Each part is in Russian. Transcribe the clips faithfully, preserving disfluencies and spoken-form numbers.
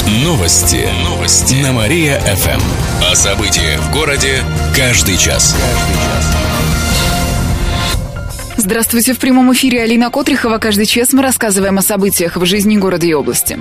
Новости. Новости. На Мария-ФМ. О событиях в городе каждый час. Здравствуйте, в прямом эфире Алина Котрихова. Каждый час мы рассказываем о событиях в жизни города и области.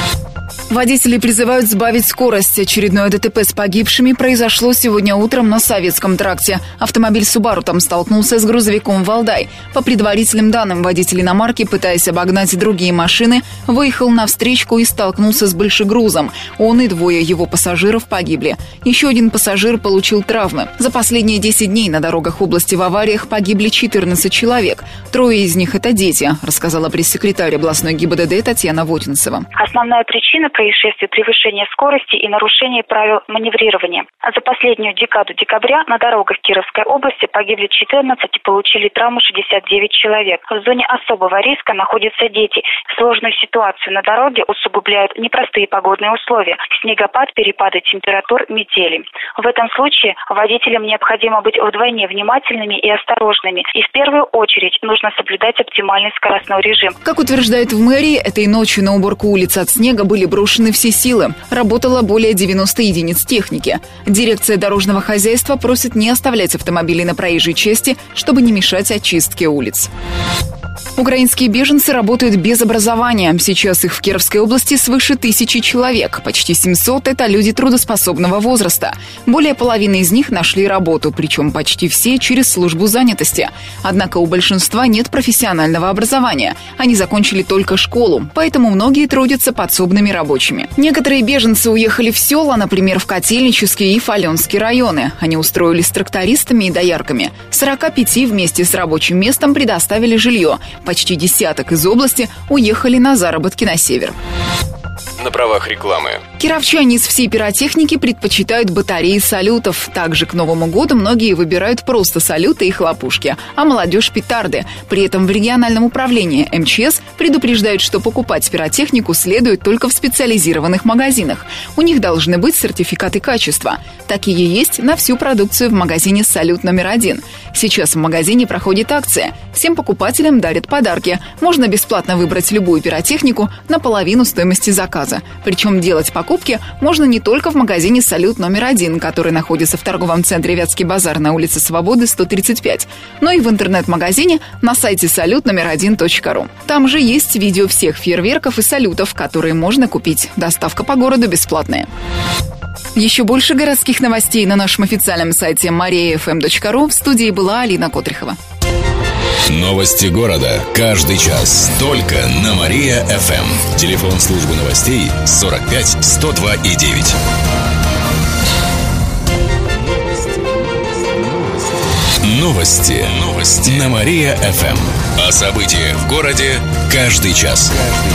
Водители призывают сбавить скорость. Очередное ДТП с погибшими произошло сегодня утром на Советском тракте. Автомобиль «Субару» там столкнулся с грузовиком «Валдай». По предварительным данным, водитель иномарки, пытаясь обогнать другие машины, выехал на встречку и столкнулся с большегрузом. Он и двое его пассажиров погибли. Еще один пассажир получил травмы. За последние десять дней на дорогах области в авариях погибли четырнадцать человек. Трое из них – это дети, рассказала пресс-секретарь областной ГИБДД Татьяна Вотинцева. Основная причина происшествий — превышение скорости и нарушение правил маневрирования. А за последнюю декаду декабря на дорогах Кировской области погибли четырнадцать и получили травмы шестьдесят девять человек. В зоне особого риска находятся дети. Сложную ситуацию на дороге усугубляют непростые погодные условия: снегопад, перепады температур, метели. В этом случае водителям необходимо быть вдвойне внимательными и осторожными. И в первую очередь нужно соблюдать оптимальный скоростной режим. Как утверждают в мэрии, этой ночью на уборку улиц от снега были брошены все силы. Работало более девяноста единиц техники. Дирекция дорожного хозяйства просит не оставлять автомобили на проезжей части, чтобы не мешать очистке улиц. Украинские беженцы работают без образования. Сейчас их в Кировской области свыше тысячи человек. Почти семьсот – это люди трудоспособного возраста. Более половины из них нашли работу, причем почти все через службу занятости. Однако у большинства нет профессионального образования. Они закончили только школу, поэтому многие трудятся подсобными рабочими. Некоторые беженцы уехали в села, например, в Котельнический и Фаленский районы. Они устроились трактористами и доярками. сорока пяти вместе с рабочим местом предоставили жилье. Почти десяток из области уехали на заработки на север. На правах рекламы. Кировчане из всей пиротехники предпочитают батареи салютов. Также к Новому году многие выбирают просто салюты и хлопушки, а молодежь – петарды. При этом в региональном управлении эм че эс предупреждают, что покупать пиротехнику следует только в специализированных магазинах. У них должны быть сертификаты качества. Такие есть на всю продукцию в магазине «Салют номер один». Сейчас в магазине проходит акция. Всем покупателям дарят подарки. Можно бесплатно выбрать любую пиротехнику на половину стоимости заказа. Причем делать покупки можно не только в магазине «Салют номер один», который находится в торговом центре «Вятский базар» на улице Свободы, сто тридцать пять, но и в интернет-магазине на сайте салют номер один точка ру. Там же есть видео всех фейерверков и салютов, которые можно купить. Доставка по городу бесплатная. Еще больше городских новостей на нашем официальном сайте мария эф эм точка ру. В студии была Алина Котрихова. Новости города. Каждый час. Только на Мария-ФМ. Телефон службы новостей сорок пять сто два и девять. Новости. Новости. На Мария-ФМ. О событиях в городе каждый час.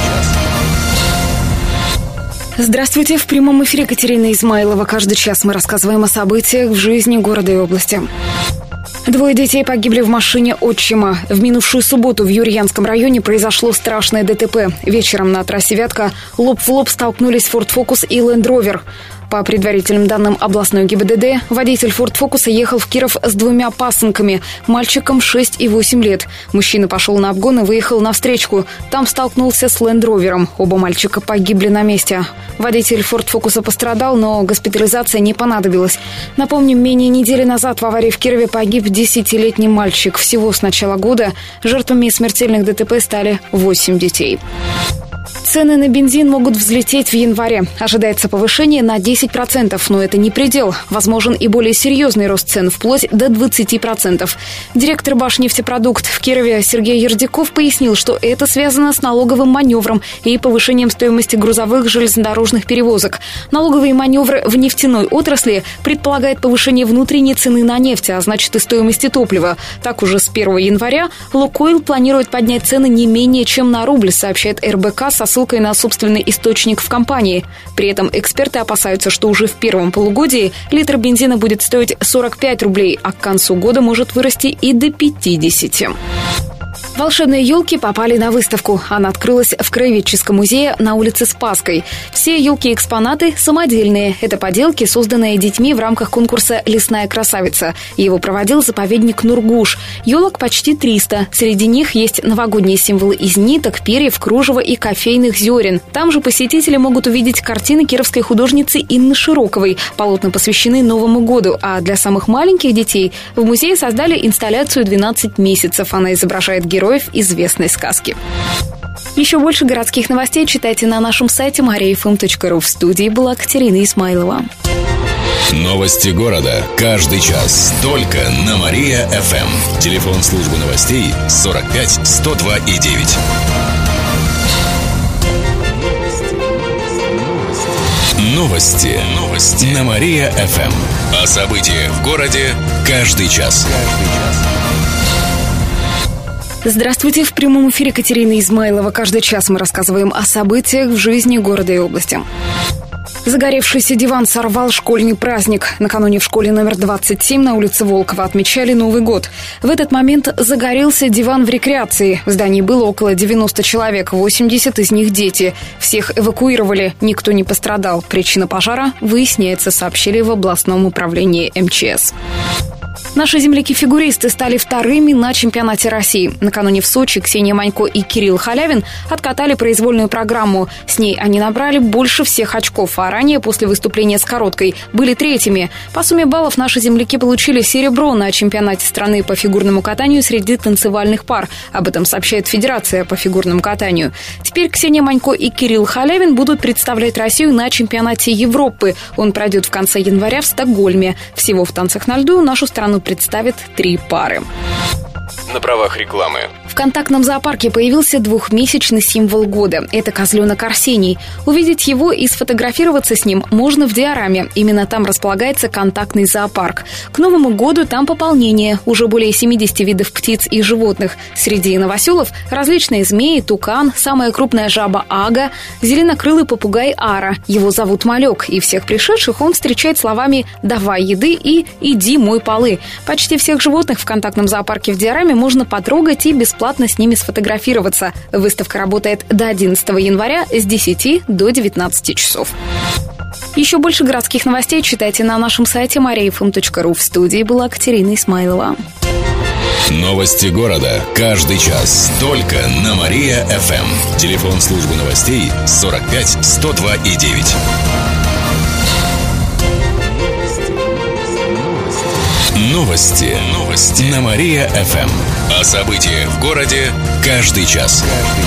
Здравствуйте, в прямом эфире Катерина Измайлова. Каждый час мы рассказываем о событиях в жизни города и области. Двое детей погибли в машине отчима. В минувшую субботу в Юрьянском районе произошло страшное ДТП. Вечером на трассе Вятка лоб в лоб столкнулись Ford Focus и Land Rover. По предварительным данным областной ГИБДД, водитель Ford Focus ехал в Киров с двумя пасынками, мальчиком шесть и восемь лет. Мужчина пошел на обгон и выехал на встречку. Там столкнулся с Land Rover. Оба мальчика погибли на месте. Водитель Ford Focus пострадал, но госпитализация не понадобилась. Напомним, менее недели назад в аварии в Кирове погиб десятилетний мальчик. Всего с начала года жертвами смертельных ДТП стали восемь детей. Цены на бензин могут взлететь в январе. Ожидается повышение на десять процентов, но это не предел. Возможен и более серьезный рост цен, вплоть до двадцати процентов. Директор «Башнефтепродукт» в Кирове Сергей Ердяков пояснил, что это связано с налоговым маневром и повышением стоимости грузовых железнодорожных перевозок. Налоговые маневры в нефтяной отрасли предполагают повышение внутренней цены на нефть, а значит и стоимости топлива. Так уже с первого января «Лукойл» планирует поднять цены не менее чем на рубль, сообщает эр бэ ка со ссылкой на собственный источник в компании. При этом эксперты опасаются, что уже в первом полугодии литр бензина будет стоить сорок пять рублей, а к концу года может вырасти и до пятидесяти. Волшебные елки попали на выставку. Она открылась в Краеведческом музее на улице Спасской. Все елки-экспонаты самодельные. Это поделки, созданные детьми в рамках конкурса «Лесная красавица». Его проводил заповедник Нургуш. Елок почти триста. Среди них есть новогодние символы из ниток, перьев, кружева и кофейных зерен. Там же посетители могут увидеть картины кировской художницы Инны Широковой. Полотна посвящены Новому году. А для самых маленьких детей в музее создали инсталляцию «двенадцать месяцев». Она изображает героев известной сказки. Еще больше городских новостей читайте на нашем сайте мария эф эм точка ру. В студии была Катерина Исмайлова. Новости города. Каждый час. Только на Мария-ФМ. Телефон службы новостей сорок пять сто два и девять. Новости. Новости. На Мария-ФМ. О событиях в городе каждый час. Здравствуйте! В прямом эфире Катерина Измайлова. Каждый час мы рассказываем о событиях в жизни города и области. Загоревшийся диван сорвал школьный праздник. Накануне в школе номер двадцать семь на улице Волкова отмечали Новый год. В этот момент загорелся диван в рекреации. В здании было около девяноста человек, восемьдесят из них дети. Всех эвакуировали, никто не пострадал. Причина пожара выясняется, сообщили в областном управлении эм че эс. Наши земляки-фигуристы стали вторыми на чемпионате России. Накануне в Сочи Ксения Манько и Кирилл Халявин откатали произвольную программу. С ней они набрали больше всех очков, а ранее после выступления с короткой были третьими. По сумме баллов наши земляки получили серебро на чемпионате страны по фигурному катанию среди танцевальных пар. Об этом сообщает Федерация по фигурному катанию. Теперь Ксения Манько и Кирилл Халявин будут представлять Россию на чемпионате Европы. Он пройдет в конце января в Стокгольме. Всего в танцах на льду нашу страну представит три пары. На правах рекламы. В контактном зоопарке появился двухмесячный символ года. Это козленок Арсений. Увидеть его и сфотографироваться с ним можно в диораме. Именно там располагается контактный зоопарк. К Новому году там пополнение. Уже более семидесяти видов птиц и животных. Среди новоселов различные змеи, тукан, самая крупная жаба ага, зеленокрылый попугай ара. Его зовут Малек. И всех пришедших он встречает словами «давай еды» и «иди мой полы». Почти всех животных в контактном зоопарке в диораме можно потрогать и бесплатно с ними сфотографироваться. Выставка работает до одиннадцатого января с десяти до девятнадцати часов. Еще больше городских новостей читайте на нашем сайте мария эф эм точка ру. В студии была Катерина Исмайлова. Новости города. Каждый час. Только на Мария-ФМ. Телефон службы новостей сорок пять сто два и девять. Новости. Новости. На Мария-ФМ. О событиях в городе каждый час.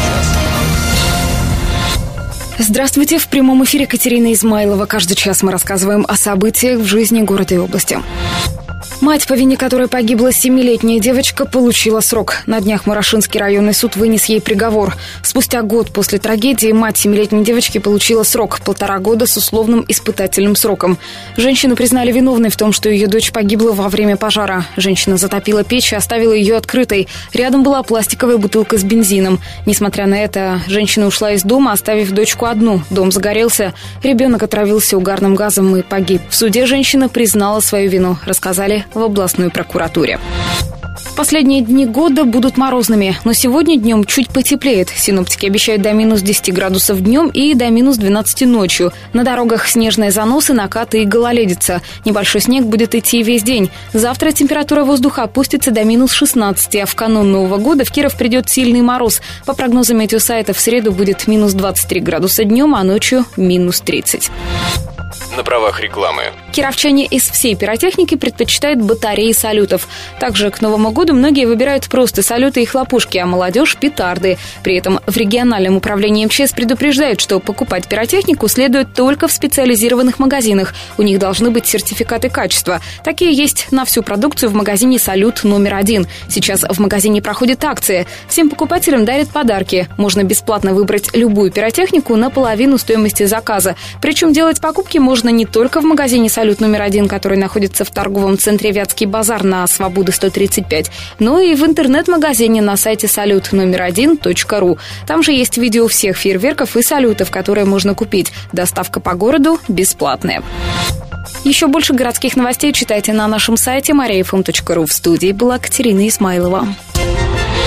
Здравствуйте! В прямом эфире Катерина Измайлова. Каждый час мы рассказываем о событиях в жизни города и области. Мать, по вине которой погибла семилетняя девочка, получила срок. На днях Мурашинский районный суд вынес ей приговор. Спустя год после трагедии мать семилетней девочки получила срок – полтора года с условным испытательным сроком. Женщину признали виновной в том, что ее дочь погибла во время пожара. Женщина затопила печь и оставила ее открытой. Рядом была пластиковая бутылка с бензином. Несмотря на это, женщина ушла из дома, оставив дочку одну. Дом загорелся. Ребенок отравился угарным газом и погиб. В суде женщина признала свою вину, рассказали в областной прокуратуре. Последние дни года будут морозными, но сегодня днем чуть потеплеет. Синоптики обещают до минус десяти градусов днем и до минус двенадцати ночью. На дорогах снежные заносы, накаты и гололедица. Небольшой снег будет идти весь день. Завтра температура воздуха опустится до минус шестнадцати, а в канун Нового года в Киров придет сильный мороз. По прогнозам метеосайта, в среду будет минус двадцать три градуса днем, а ночью минус тридцать. На правах рекламы. Кировчане из всей пиротехники предпочитают батареи салютов. Также к Новому году многие выбирают просто салюты и хлопушки, а молодежь – петарды. При этом в региональном управлении эм че эс предупреждают, что покупать пиротехнику следует только в специализированных магазинах. У них должны быть сертификаты качества. Такие есть на всю продукцию в магазине «Салют» номер один. Сейчас в магазине проходит акция. Всем покупателям дарят подарки. Можно бесплатно выбрать любую пиротехнику на половину стоимости заказа. Причем делать покупки можно не только в магазине «Салют» номер один, который находится в торговом центре «Вятский базар» на Свободы сто тридцать пять, но и в интернет-магазине на сайте салют номер один точка ру. Там же есть видео всех фейерверков и салютов, которые можно купить. Доставка по городу бесплатная. Еще больше городских новостей читайте на нашем сайте мария эф эм точка ру. В студии была Катерина Исмайлова.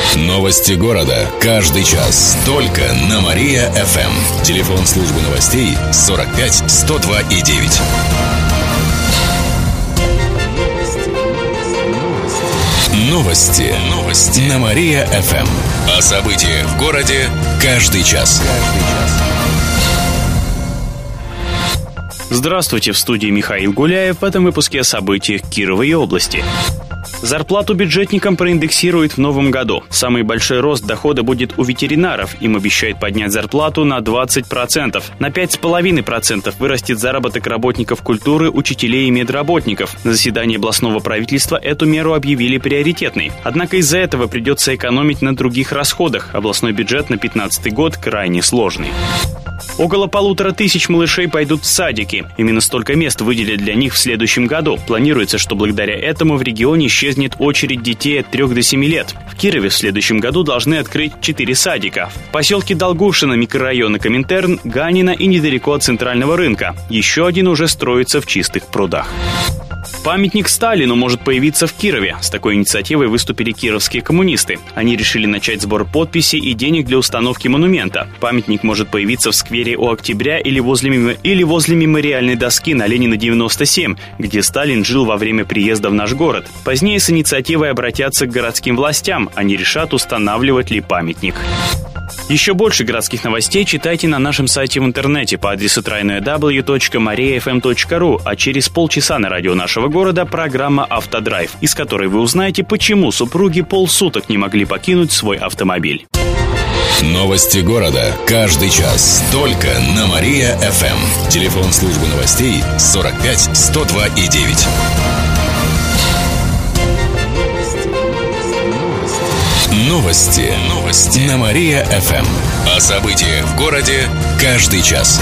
Новости города. Каждый час. Только на Мария-ФМ. Телефон службы новостей сорок пять сто два и девять. Новости. Новости. На Мария-ФМ. О событиях в городе каждый час. Здравствуйте, в студии Михаил Гуляев. В этом выпуске о событиях Кировой области. Зарплату бюджетникам проиндексируют в новом году. Самый большой рост дохода будет у ветеринаров. Им обещают поднять зарплату на двадцать процентов. На пять целых пять десятых процента вырастет заработок работников культуры, учителей и медработников. На заседании областного правительства эту меру объявили приоритетной. Однако из-за этого придется экономить на других расходах. Областной бюджет на две тысячи пятнадцатый год крайне сложный. Около полутора тысяч малышей пойдут в садики. Именно столько мест выделят для них в следующем году. Планируется, что благодаря этому в регионе исчезнет очередь детей от трёх до семи лет. В Кирове в следующем году должны открыть четыре садика. В поселке Долгушино, микрорайона Коминтерн, Ганина и недалеко от центрального рынка. Еще один уже строится в Чистых прудах. Памятник Сталину может появиться в Кирове. С такой инициативой выступили кировские коммунисты. Они решили начать сбор подписей и денег для установки монумента. Памятник может появиться в сквере у Октября или возле, или возле мемориальной доски на Ленина девяносто семь, где Сталин жил во время приезда в наш город. Позднее с инициативой обратятся к городским властям. Они решат, устанавливать ли памятник. Еще больше городских новостей читайте на нашем сайте в интернете по адресу дабл ю дабл ю дабл ю точка мария эф эм точка ру, а через полчаса на радио нашего города программа «Автодрайв», из которой вы узнаете, почему супруги полсуток не могли покинуть свой автомобиль. Новости города. Каждый час. Только на Мария-ФМ. Телефон службы новостей сорок пять сто два и девять. Новости. Новости. На Мария-ФМ. О событиях в городе каждый час.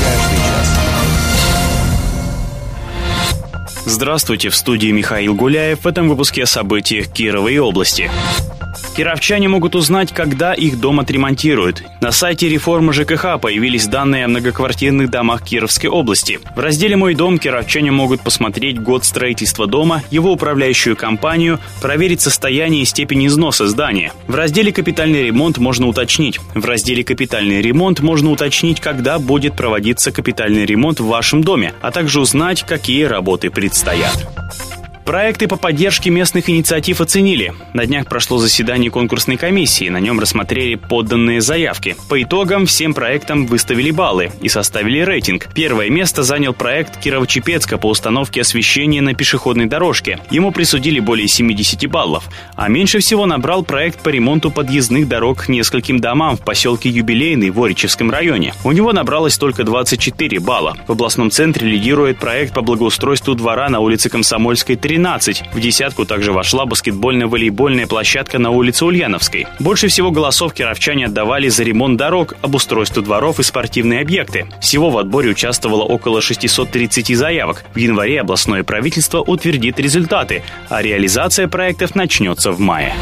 Здравствуйте, в студии Михаил Гуляев. В этом выпуске о событиях Кировой области. Кировчане могут узнать, когда их дом отремонтируют. На сайте реформы ЖКХ появились данные о многоквартирных домах Кировской области. В разделе «Мой дом» кировчане могут посмотреть год строительства дома, его управляющую компанию, проверить состояние и степень износа здания. В разделе «Капитальный ремонт» можно уточнить. В разделе «Капитальный ремонт» можно уточнить, когда будет проводиться капитальный ремонт в вашем доме, а также узнать, какие работы предстоят. Проекты по поддержке местных инициатив оценили. На днях прошло заседание конкурсной комиссии, на нем рассмотрели подданные заявки. По итогам всем проектам выставили баллы и составили рейтинг. Первое место занял проект Кирово-Чепецка по установке освещения на пешеходной дорожке. Ему присудили более семьдесят баллов. А меньше всего набрал проект по ремонту подъездных дорог к нескольким домам в поселке Юбилейный в Оричевском районе. У него набралось только двадцать четыре балла. В областном центре лидирует проект по благоустройству двора на улице Комсомольской, тринадцать. В десятку также вошла баскетбольно-волейбольная площадка на улице Ульяновской. Больше всего голосов кировчане отдавали за ремонт дорог, обустройство дворов и спортивные объекты. Всего в отборе участвовало около шестьсот тридцать заявок. В январе областное правительство утвердит результаты, а реализация проектов начнется в мае.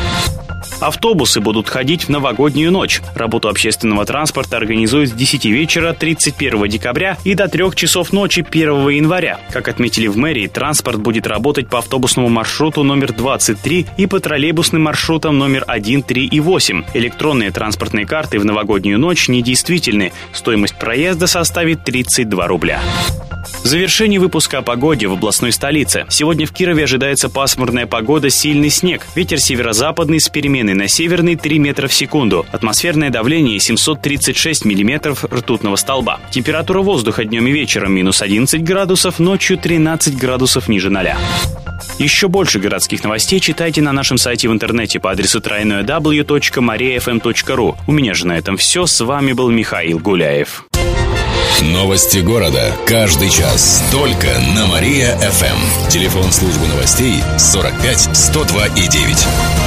Автобусы будут ходить в новогоднюю ночь. Работу общественного транспорта организуют с десяти вечера тридцать первого декабря и до трёх часов ночи первого января. Как отметили в мэрии, транспорт будет работать по автобусному маршруту номер двадцать три и по троллейбусным маршрутам номер один, три и восемь. Электронные транспортные карты в новогоднюю ночь недействительны. Стоимость проезда составит тридцать два рубля. Завершение выпуска о погоде в областной столице. Сегодня в Кирове ожидается пасмурная погода, сильный снег. Ветер северо-западный с переменой на северный три метра в секунду. Атмосферное давление семьсот тридцать шесть миллиметров ртутного столба. Температура воздуха днем и вечером минус одиннадцать градусов, ночью тринадцать градусов ниже ноля. Еще больше городских новостей читайте на нашем сайте в интернете по адресу дабл ю дабл ю дабл ю точка мария эф эм точка ру. У меня же на этом все. С вами был Михаил Гуляев. Новости города. Каждый час. Только на Мария-ФМ. Телефон службы новостей сорок пять сто два и девять.